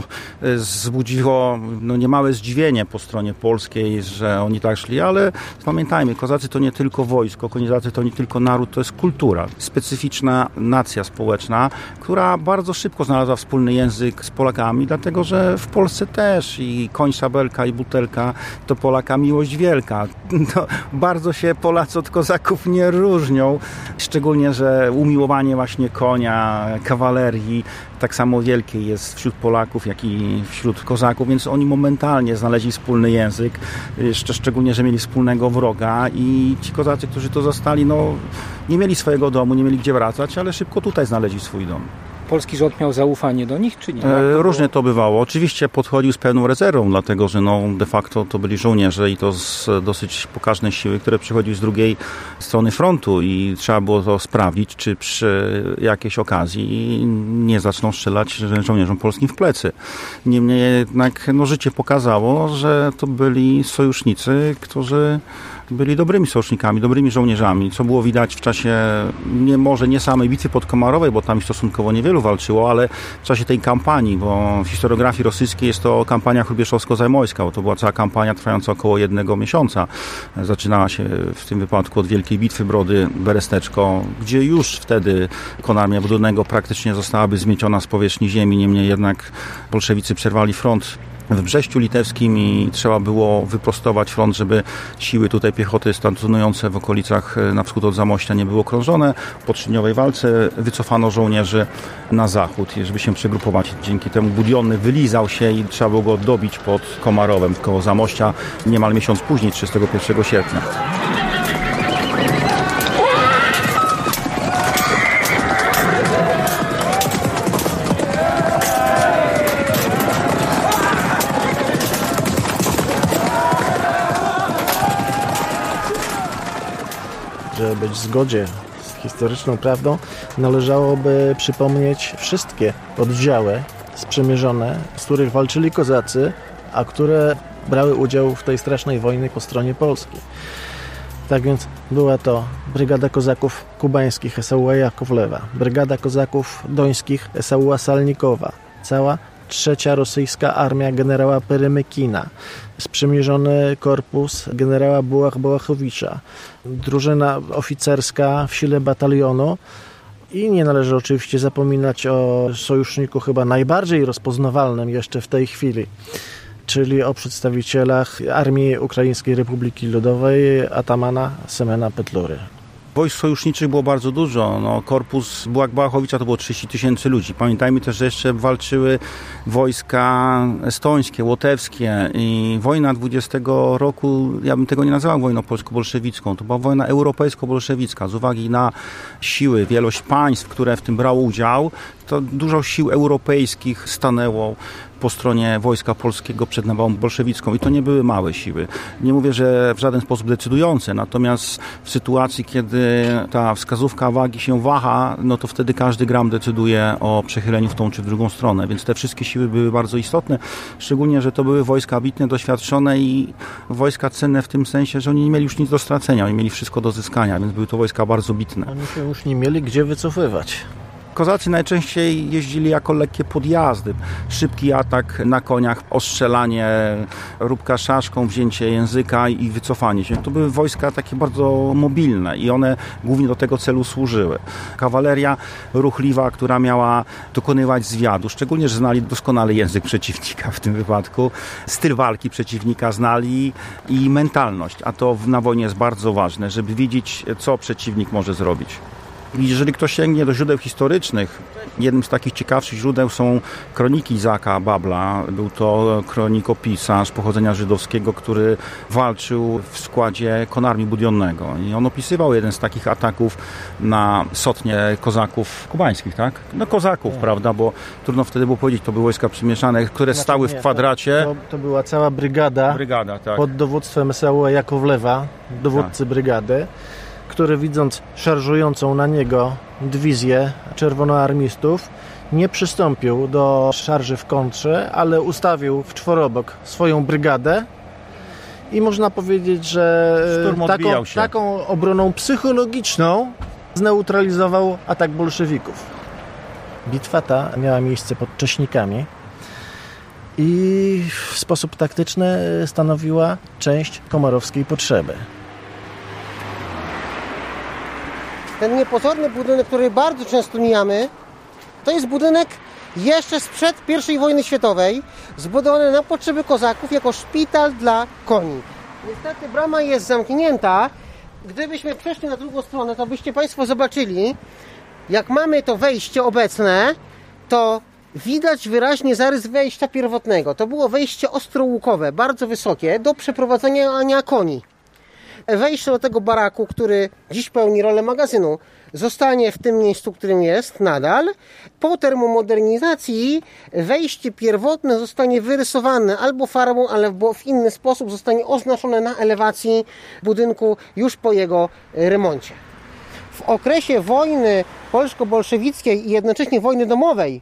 wzbudziło no, niemałe zdziwienie po stronie polskiej, że oni tak szli, ale pamiętajmy, kozacy to nie tylko wojsko, kozacy to nie tylko naród, to jest kultura. Specyficzna nacja społeczna, która bardzo szybko znalazła wspólny język z Polakami, dlatego że w Polsce też i koń, szabelka i butelka to Polaka miłość wielka. To bardzo się Polacy od kozaków nie różnią, szczególnie, że umiłowanie właśnie konia, kawalerii tak samo wielkie jest wśród Polaków, jak i wśród kozaków, więc oni momentalnie znaleźli wspólny język, jeszcze szczególnie, że mieli wspólnego wroga i ci kozacy, którzy to zostali, no nie mieli swojego domu, nie mieli gdzie wracać, ale szybko tutaj znaleźli swój dom. Polski rząd miał zaufanie do nich, czy nie? E, różnie to bywało. Oczywiście podchodził z pełną rezerwą, dlatego że no, de facto to byli żołnierze i to z dosyć pokaźnej siły, które przychodziły z drugiej strony frontu i trzeba było to sprawdzić, czy przy jakiejś okazji nie zaczną strzelać żołnierzom polskim w plecy. Niemniej jednak no, życie pokazało, że to byli sojusznicy, którzy byli dobrymi sojusznikami, dobrymi żołnierzami, co było widać w czasie nie może nie samej bitwy podkomarowej, bo tam stosunkowo niewielu wielu walczyło, ale w czasie tej kampanii, bo w historiografii rosyjskiej jest to kampania hrubieszowsko-zamojska, bo to była cała kampania trwająca około jednego miesiąca. Zaczynała się w tym wypadku od Wielkiej Bitwy Brody Beresteczko, gdzie już wtedy Konarmia Budonnego praktycznie zostałaby zmieciona z powierzchni ziemi, niemniej jednak bolszewicy przerwali front w Brześciu Litewskim i trzeba było wyprostować front, żeby siły tutaj piechoty stacjonujące w okolicach na wschód od Zamościa nie były okrążone. Po trzydniowej walce wycofano żołnierzy na zachód, żeby się przegrupować. Dzięki temu Budiony wylizał się i trzeba było go dobić pod Komarowem koło Zamościa niemal miesiąc później, trzydziestego pierwszego sierpnia. Żeby być w zgodzie z historyczną prawdą, należałoby przypomnieć wszystkie oddziały sprzymierzone, z których walczyli kozacy, a które brały udział w tej strasznej wojnie po stronie Polski. Tak więc była to Brygada Kozaków Kubańskich es a u a Jakowlewa, Brygada Kozaków Dońskich es a u a Salnikowa, cała trzecia rosyjska armia generała Peremykina, sprzymierzony korpus generała Bułach-Bułachowicza, drużyna oficerska w sile batalionu i nie należy oczywiście zapominać o sojuszniku chyba najbardziej rozpoznawalnym jeszcze w tej chwili, czyli o przedstawicielach Armii Ukraińskiej Republiki Ludowej atamana Semena Petlury. Wojsk sojuszniczych było bardzo dużo. No, korpus Bułak-Bułachowicza to było trzydzieści tysięcy ludzi. Pamiętajmy też, że jeszcze walczyły wojska estońskie, łotewskie i wojna dwudziestego roku, ja bym tego nie nazywał wojną polsko-bolszewicką, to była wojna europejsko-bolszewicka. Z uwagi na siły, wielość państw, które w tym brało udział, to dużo sił europejskich stanęło po stronie wojska polskiego przed nawałą bolszewicką i to nie były małe siły. Nie mówię, że w żaden sposób decydujące, natomiast w sytuacji, kiedy ta wskazówka wagi się waha, no to wtedy każdy gram decyduje o przechyleniu w tą czy w drugą stronę, więc te wszystkie siły były bardzo istotne, szczególnie, że to były wojska bitne, doświadczone i wojska cenne w tym sensie, że oni nie mieli już nic do stracenia, oni mieli wszystko do zyskania, więc były to wojska bardzo bitne. Oni się już nie mieli gdzie wycofywać. Kozacy najczęściej jeździli jako lekkie podjazdy. Szybki atak na koniach, ostrzelanie, róbka szaszką, wzięcie języka i wycofanie się. To były wojska takie bardzo mobilne i one głównie do tego celu służyły. Kawaleria ruchliwa, która miała dokonywać zwiadu, szczególnie, że znali doskonale język przeciwnika w tym wypadku, styl walki przeciwnika znali i mentalność, a to na wojnie jest bardzo ważne, żeby wiedzieć, co przeciwnik może zrobić. Jeżeli ktoś sięgnie do źródeł historycznych, jednym z takich ciekawszych źródeł są kroniki Izaka Babla. Był to kronikopisarz pochodzenia żydowskiego, który walczył w składzie Konarmii Budionnego. I on opisywał jeden z takich ataków na sotnie kozaków kubańskich, tak? No kozaków, tak. Prawda, bo trudno wtedy było powiedzieć, to były wojska przymieszane, które znaczy, stały nie, w kwadracie. To, to była cała brygada, brygada tak. pod dowództwem es a u a Jakowlewa, dowódcy tak. brygady, który widząc szarżującą na niego dywizję czerwonoarmistów, nie przystąpił do szarży w kontrze, ale ustawił w czworobok swoją brygadę i można powiedzieć, że taką, taką obroną psychologiczną zneutralizował atak bolszewików. Bitwa ta miała miejsce pod Cześnikami i w sposób taktyczny stanowiła część komarowskiej potrzeby. Ten niepozorny budynek, który bardzo często mijamy, to jest budynek jeszcze sprzed pierwszej wojny światowej, zbudowany na potrzeby kozaków jako szpital dla koni. Niestety brama jest zamknięta. Gdybyśmy przeszli na drugą stronę, to byście Państwo zobaczyli, jak mamy to wejście obecne, to widać wyraźnie zarys wejścia pierwotnego. To było wejście ostrołukowe, bardzo wysokie, do przeprowadzania koni. Wejście do tego baraku, który dziś pełni rolę magazynu, zostanie w tym miejscu, którym jest nadal. Po termomodernizacji wejście pierwotne zostanie wyrysowane albo farbą, albo w inny sposób zostanie oznaczone na elewacji budynku już po jego remoncie. W okresie wojny polsko-bolszewickiej i jednocześnie wojny domowej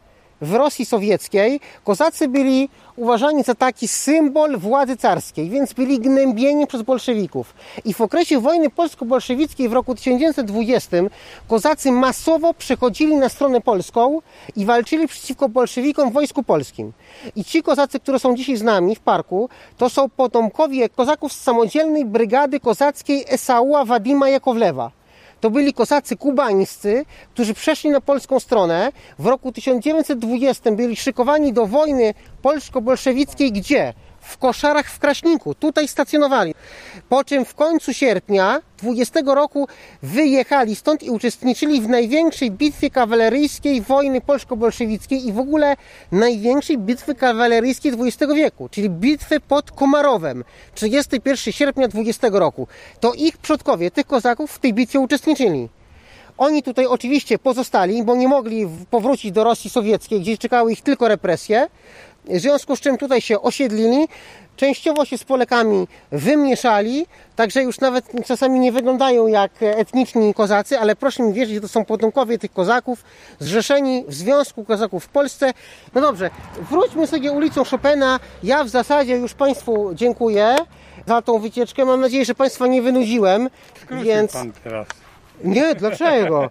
w Rosji Sowieckiej kozacy byli uważani za taki symbol władzy carskiej, więc byli gnębieni przez bolszewików. I w okresie wojny polsko-bolszewickiej w roku tysiąc dziewięćset dwudziestym kozacy masowo przechodzili na stronę polską i walczyli przeciwko bolszewikom w Wojsku Polskim. I ci kozacy, którzy są dzisiaj z nami w parku, to są potomkowie kozaków z samodzielnej brygady kozackiej Esaua Wadima Jakowlewa. To byli kozacy kubańscy, którzy przeszli na polską stronę. W roku tysiąc dziewięćset dwudziestym byli szykowani do wojny polsko-bolszewickiej gdzie? W Koszarach w Kraśniku. Tutaj stacjonowali. Po czym w końcu sierpnia dwudziestego roku wyjechali stąd i uczestniczyli w największej bitwie kawaleryjskiej wojny polsko-bolszewickiej i w ogóle największej bitwy kawaleryjskiej dwudziestego wieku, czyli bitwy pod Komarowem, trzydziestego pierwszego sierpnia dwudziestego roku. To ich przodkowie, tych kozaków, w tej bitwie uczestniczyli. Oni tutaj oczywiście pozostali, bo nie mogli powrócić do Rosji Sowieckiej, gdzie czekały ich tylko represje, w związku z czym tutaj się osiedlili, częściowo się z Polakami wymieszali, także już nawet czasami nie wyglądają jak etniczni kozacy, ale proszę mi wierzyć, że to są potomkowie tych kozaków, zrzeszeni w Związku Kozaków w Polsce. No dobrze, wróćmy sobie ulicą Chopina. Ja w zasadzie już Państwu dziękuję za tą wycieczkę. Mam nadzieję, że Państwa nie wynudziłem. Skrócił więc... pan teraz. Nie, dlaczego?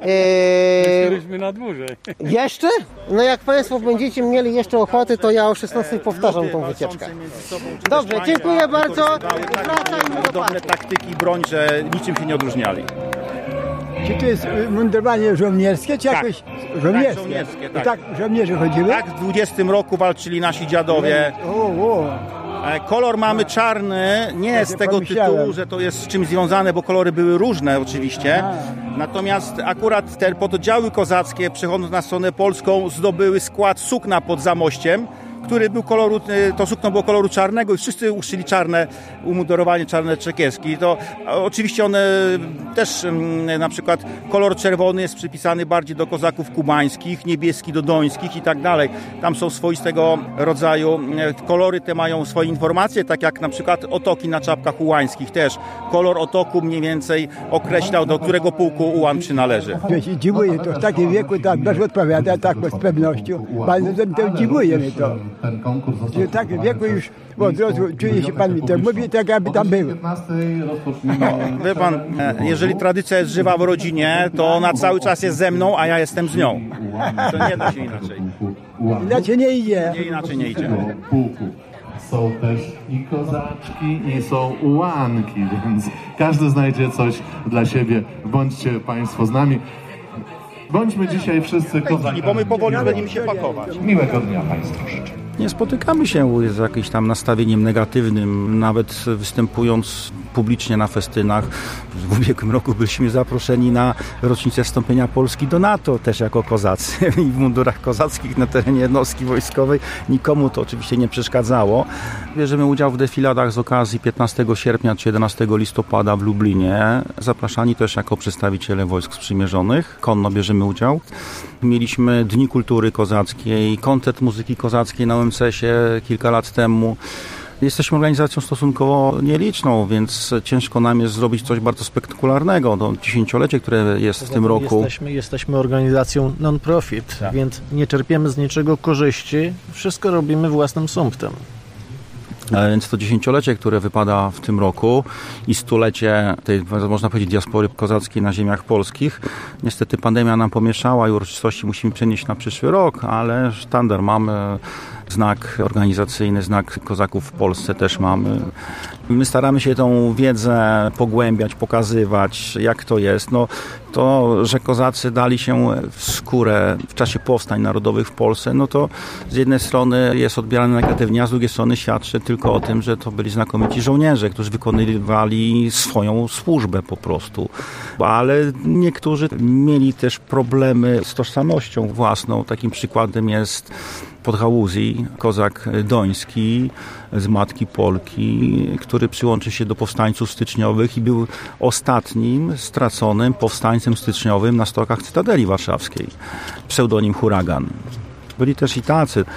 Eee... Byliśmy na dłużej. Jeszcze? No jak Państwo będziecie mieli jeszcze ochoty, to ja o szesnastej powtarzam tą wycieczkę. Dobrze, dziękuję bardzo. Wracajmy do podobne taktyki, broń, że niczym się nie odróżniali. Czy to jest mundurowanie żołnierskie, czy tak. jakoś żołnierskie? Tak, żołnierskie, tak. I tak żołnierze chodziły? Tak, w dwudziestym roku walczyli nasi dziadowie. O, o. Kolor mamy czarny, nie Ja z tego pomyślałem. tytułu, że to jest z czymś związane, bo kolory były różne oczywiście. Aha. Natomiast akurat te pododdziały kozackie, przechodząc na stronę polską, zdobyły skład sukna pod Zamościem, który był koloru, to sukno było koloru czarnego i wszyscy uszyli czarne umundurowanie, czarne czekieski. To oczywiście one też na przykład kolor czerwony jest przypisany bardziej do kozaków kubańskich, niebieski do dońskich i tak dalej. Tam są swoistego rodzaju kolory, te mają swoje informacje, tak jak na przykład otoki na czapkach ułańskich też. Kolor otoku mniej więcej określał, do którego pułku ułan przynależy. Ja się dziwuję, to w takim wieku tak też odpowiada, tak z pewnością. Bardzo to dziwuje mnie to. Że w takim wieku już od razu czuje się pan mi to mówi, tak jakby tam był. No, wie pan, jeżeli tradycja jest żywa w rodzinie, to ona cały czas jest ze mną, a ja jestem z nią. To nie da się inaczej. Inaczej nie idzie. Nie inaczej nie idzie. Są też i kozaczki, i są ułanki, więc każdy znajdzie coś dla siebie. Bądźcie Państwo z nami. Bądźmy dzisiaj wszyscy kozakami. Bo my powoli będziemy się pakować. Miłego dnia Państwu życzę. Nie spotykamy się z jakimś tam nastawieniem negatywnym, nawet występując publicznie na festynach. W ubiegłym roku byliśmy zaproszeni na rocznicę wstąpienia Polski do NATO, też jako kozacy i w mundurach kozackich na terenie jednostki wojskowej. Nikomu to oczywiście nie przeszkadzało. Bierzemy udział w defiladach z okazji piętnastego sierpnia czy jedenastego listopada w Lublinie. Zapraszani też jako przedstawiciele wojsk sprzymierzonych. Konno bierzemy udział. Mieliśmy Dni Kultury Kozackiej, koncert muzyki kozackiej na O M C S-ie kilka lat temu. Jesteśmy organizacją stosunkowo nieliczną, więc ciężko nam jest zrobić coś bardzo spektakularnego. To dziesięciolecie, które jest w tym roku. Jesteśmy, jesteśmy organizacją non-profit, tak. Więc nie czerpiemy z niczego korzyści. Wszystko robimy własnym sumptem. Więc to dziesięciolecie, które wypada w tym roku i stulecie tej, można powiedzieć, diaspory kozackiej na ziemiach polskich. Niestety pandemia nam pomieszała i uroczystości musimy przenieść na przyszły rok, ale sztandar mamy, znak organizacyjny, znak kozaków w Polsce też mamy. My staramy się tą wiedzę pogłębiać, pokazywać, jak to jest. No, to, że kozacy dali się w skórę w czasie powstań narodowych w Polsce, no to z jednej strony jest odbierane negatywnie, a z drugiej strony świadczy tylko o tym, że to byli znakomici żołnierze, którzy wykonywali swoją służbę po prostu. Ale niektórzy mieli też problemy z tożsamością własną. Takim przykładem jest Podhałuzji, kozak doński z matki Polki, który przyłączył się do powstańców styczniowych i był ostatnim straconym powstańcem styczniowym na stokach Cytadeli Warszawskiej. Pseudonim Huragan. Byli też i tacy.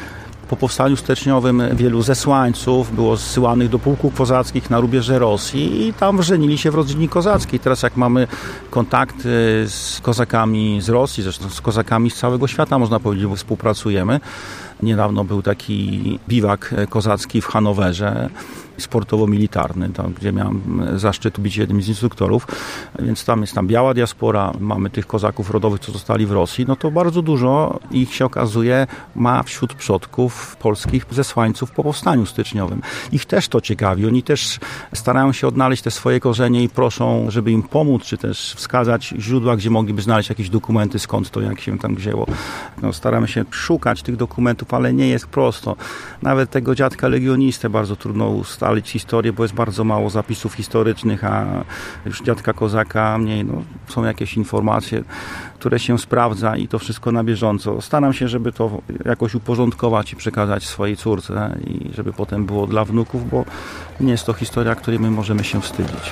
Po powstaniu styczniowym wielu zesłańców było zsyłanych do pułków kozackich na rubieże Rosji i tam żenili się w rodzinie kozackiej. Teraz jak mamy kontakty z kozakami z Rosji, zresztą z kozakami z całego świata, można powiedzieć, bo współpracujemy. Niedawno był taki biwak kozacki w Hanowerze, sportowo-militarny, tam, gdzie miałem zaszczyt być jednym z instruktorów, więc tam jest tam biała diaspora, mamy tych kozaków rodowych, co zostali w Rosji, no to bardzo dużo ich się okazuje ma wśród przodków polskich zesłańców po powstaniu styczniowym. Ich też to ciekawi, oni też starają się odnaleźć te swoje korzenie i proszą, żeby im pomóc, czy też wskazać źródła, gdzie mogliby znaleźć jakieś dokumenty, skąd to, jak się tam wzięło. No, staramy się szukać tych dokumentów, ale nie jest prosto. Nawet tego dziadka legionistę bardzo trudno ustalić historię, bo jest bardzo mało zapisów historycznych, a już dziadka kozaka mniej. No, są jakieś informacje, które się sprawdza i to wszystko na bieżąco. Staram się, żeby to jakoś uporządkować i przekazać swojej córce i żeby potem było dla wnuków, bo nie jest to historia, której my możemy się wstydzić.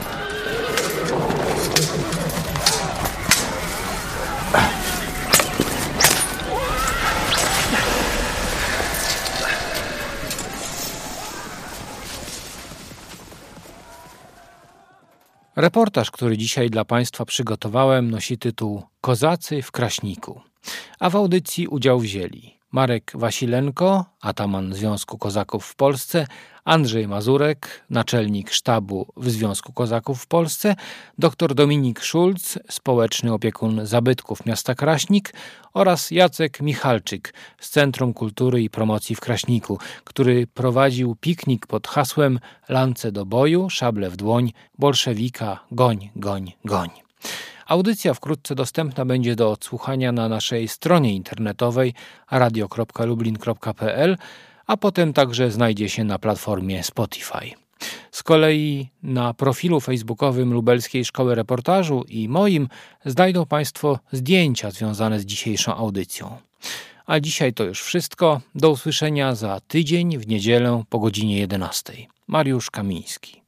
Reportaż, który dzisiaj dla Państwa przygotowałem, nosi tytuł Kozacy w Kraśniku, a w audycji udział wzięli Marek Wasilenko, ataman Związku Kozaków w Polsce, Andrzej Mazurek, naczelnik sztabu w Związku Kozaków w Polsce, dr Dominik Szulc, społeczny opiekun zabytków miasta Kraśnik oraz Jacek Michalczyk z Centrum Kultury i Promocji w Kraśniku, który prowadził piknik pod hasłem Lance do boju, szable w dłoń, bolszewika, goń, goń, goń. Audycja wkrótce dostępna będzie do odsłuchania na naszej stronie internetowej radio kropka lublin kropka p l, a potem także znajdzie się na platformie Spotify. Z kolei na profilu facebookowym Lubelskiej Szkoły Reportażu i moim znajdą Państwo zdjęcia związane z dzisiejszą audycją. A dzisiaj to już wszystko. Do usłyszenia za tydzień w niedzielę po godzinie jedenastej. Mariusz Kamiński.